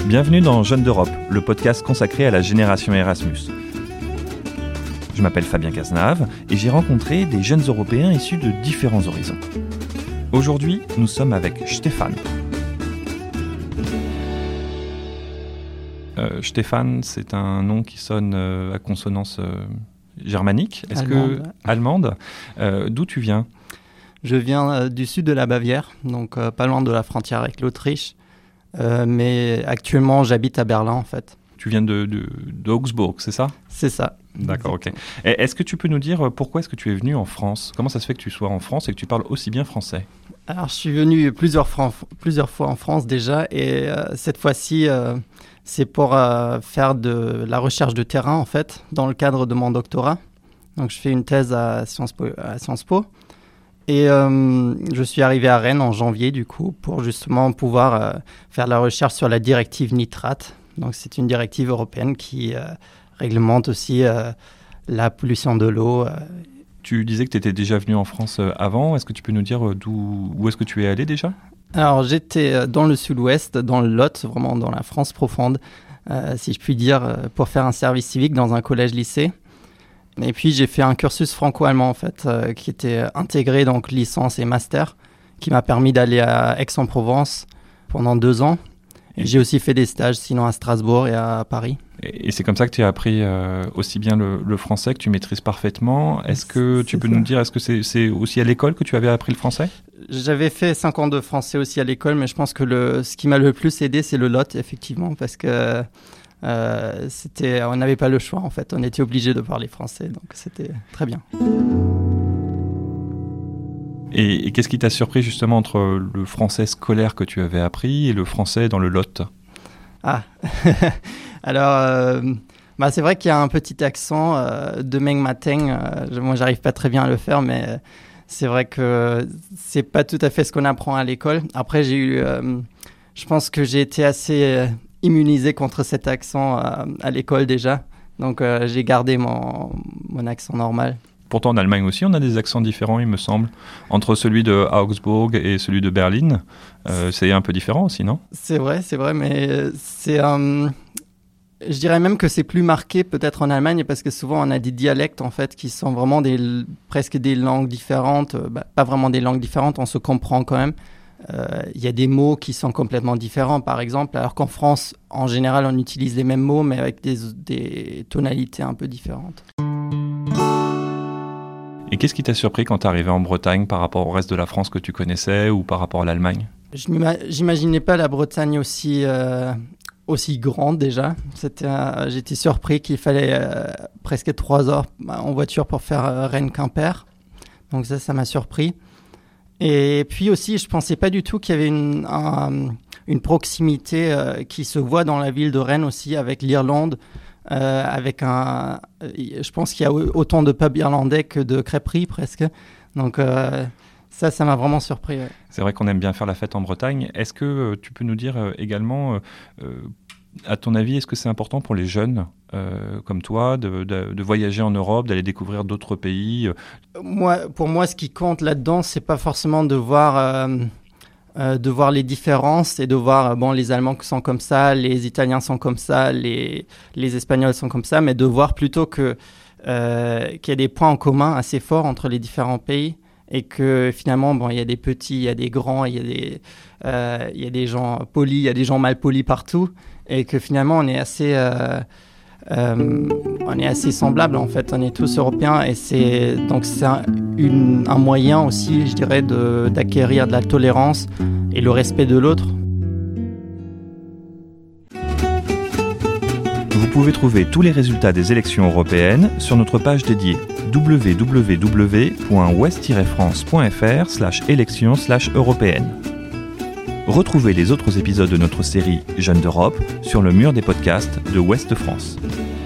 Bienvenue dans Jeunes d'Europe, le podcast consacré à la génération Erasmus. Je m'appelle Fabien Cazenave et j'ai rencontré des jeunes Européens issus de différents horizons. Aujourd'hui, nous sommes avec Stéphane. Stéphane, c'est un nom qui sonne à consonance germanique. Allemande. D'où tu viens ? Je viens du sud de la Bavière, donc pas loin de la frontière avec l'Autriche. Mais actuellement, j'habite à Berlin, en fait. Tu viens d'Augsbourg, c'est ça ? C'est ça. D'accord, ok. Est-ce que tu peux nous dire pourquoi est-ce que tu es venu en France ? Comment ça se fait que tu sois en France et que tu parles aussi bien français ? Alors, je suis venu plusieurs fois en France déjà, et cette fois-ci, c'est pour faire de la recherche de terrain, en fait, dans le cadre de mon doctorat. Donc, je fais une thèse à Sciences Po. Et je suis arrivé à Rennes en janvier, du coup, pour justement pouvoir faire la recherche sur la directive nitrate. Donc, c'est une directive européenne qui réglemente aussi la pollution de l'eau. Tu disais que tu étais déjà venu en France avant. Est-ce que tu peux nous dire où est-ce que tu es allé déjà ? Alors, j'étais dans le sud-ouest, dans le Lot, vraiment dans la France profonde, si je puis dire, pour faire un service civique dans un collège-lycée. Et puis, j'ai fait un cursus franco-allemand, en fait, qui était intégré, donc licence et master, qui m'a permis d'aller à Aix-en-Provence pendant 2 ans. Et j'ai aussi fait des stages, sinon à Strasbourg et à Paris. Et c'est comme ça que tu as appris aussi bien le français, que tu maîtrises parfaitement. Est-ce que tu peux nous dire, est-ce que c'est aussi à l'école que tu avais appris le français ? J'avais fait 5 ans de français aussi à l'école, mais je pense que ce qui m'a le plus aidé, c'est le Lot, effectivement, parce que... on n'avait pas le choix en fait, on était obligé de parler français, donc c'était très bien. Et qu'est-ce qui t'a surpris justement entre le français scolaire que tu avais appris et le français dans le Lot ? Alors c'est vrai qu'il y a un petit accent demain matin, moi j'arrive pas très bien à le faire, mais c'est vrai que c'est pas tout à fait ce qu'on apprend à l'école. Après je pense que j'ai été assez immunisé contre cet accent à l'école déjà. Donc j'ai gardé mon accent normal. Pourtant en Allemagne aussi, on a des accents différents, il me semble. Entre celui de Augsbourg et celui de Berlin, c'est un peu différent aussi, non ? C'est vrai, mais c'est... je dirais même que c'est plus marqué peut-être en Allemagne parce que souvent on a des dialectes en fait qui sont vraiment presque des langues différentes. Pas vraiment des langues différentes, on se comprend quand même. Il y a des mots qui sont complètement différents, par exemple, alors qu'en France, en général, on utilise les mêmes mots, mais avec des tonalités un peu différentes. Et qu'est-ce qui t'a surpris quand t'es arrivé en Bretagne par rapport au reste de la France que tu connaissais ou par rapport à l'Allemagne ? J'imaginais pas la Bretagne aussi grande déjà. J'étais surpris qu'il fallait presque 3 heures en voiture pour faire Rennes-Quimper. Donc ça m'a surpris. Et puis aussi, je ne pensais pas du tout qu'il y avait une proximité qui se voit dans la ville de Rennes aussi avec l'Irlande. Je pense qu'il y a autant de pubs irlandais que de crêperies presque. Donc ça m'a vraiment surpris. Ouais. C'est vrai qu'on aime bien faire la fête en Bretagne. Est-ce que tu peux nous dire également, à ton avis, est-ce que c'est important pour les jeunes comme toi de voyager en Europe, d'aller découvrir d'autres pays ? Pour moi, ce qui compte là-dedans, c'est pas forcément de voir les différences et de voir les Allemands sont comme ça, les Italiens sont comme ça, les Espagnols sont comme ça, mais de voir plutôt qu'il y a des points en commun assez forts entre les différents pays et que finalement, il y a des petits, il y a des grands, il y a des gens polis, il y a des gens mal polis partout et que finalement, on est assez semblables en fait, on est tous européens et c'est un moyen aussi, je dirais, d'acquérir de la tolérance et le respect de l'autre. Vous pouvez trouver tous les résultats des élections européennes sur notre page dédiée www.ouest-france.fr/élections/européennes. Retrouvez les autres épisodes de notre série Jeunes d'Europe sur le mur des podcasts de Ouest France.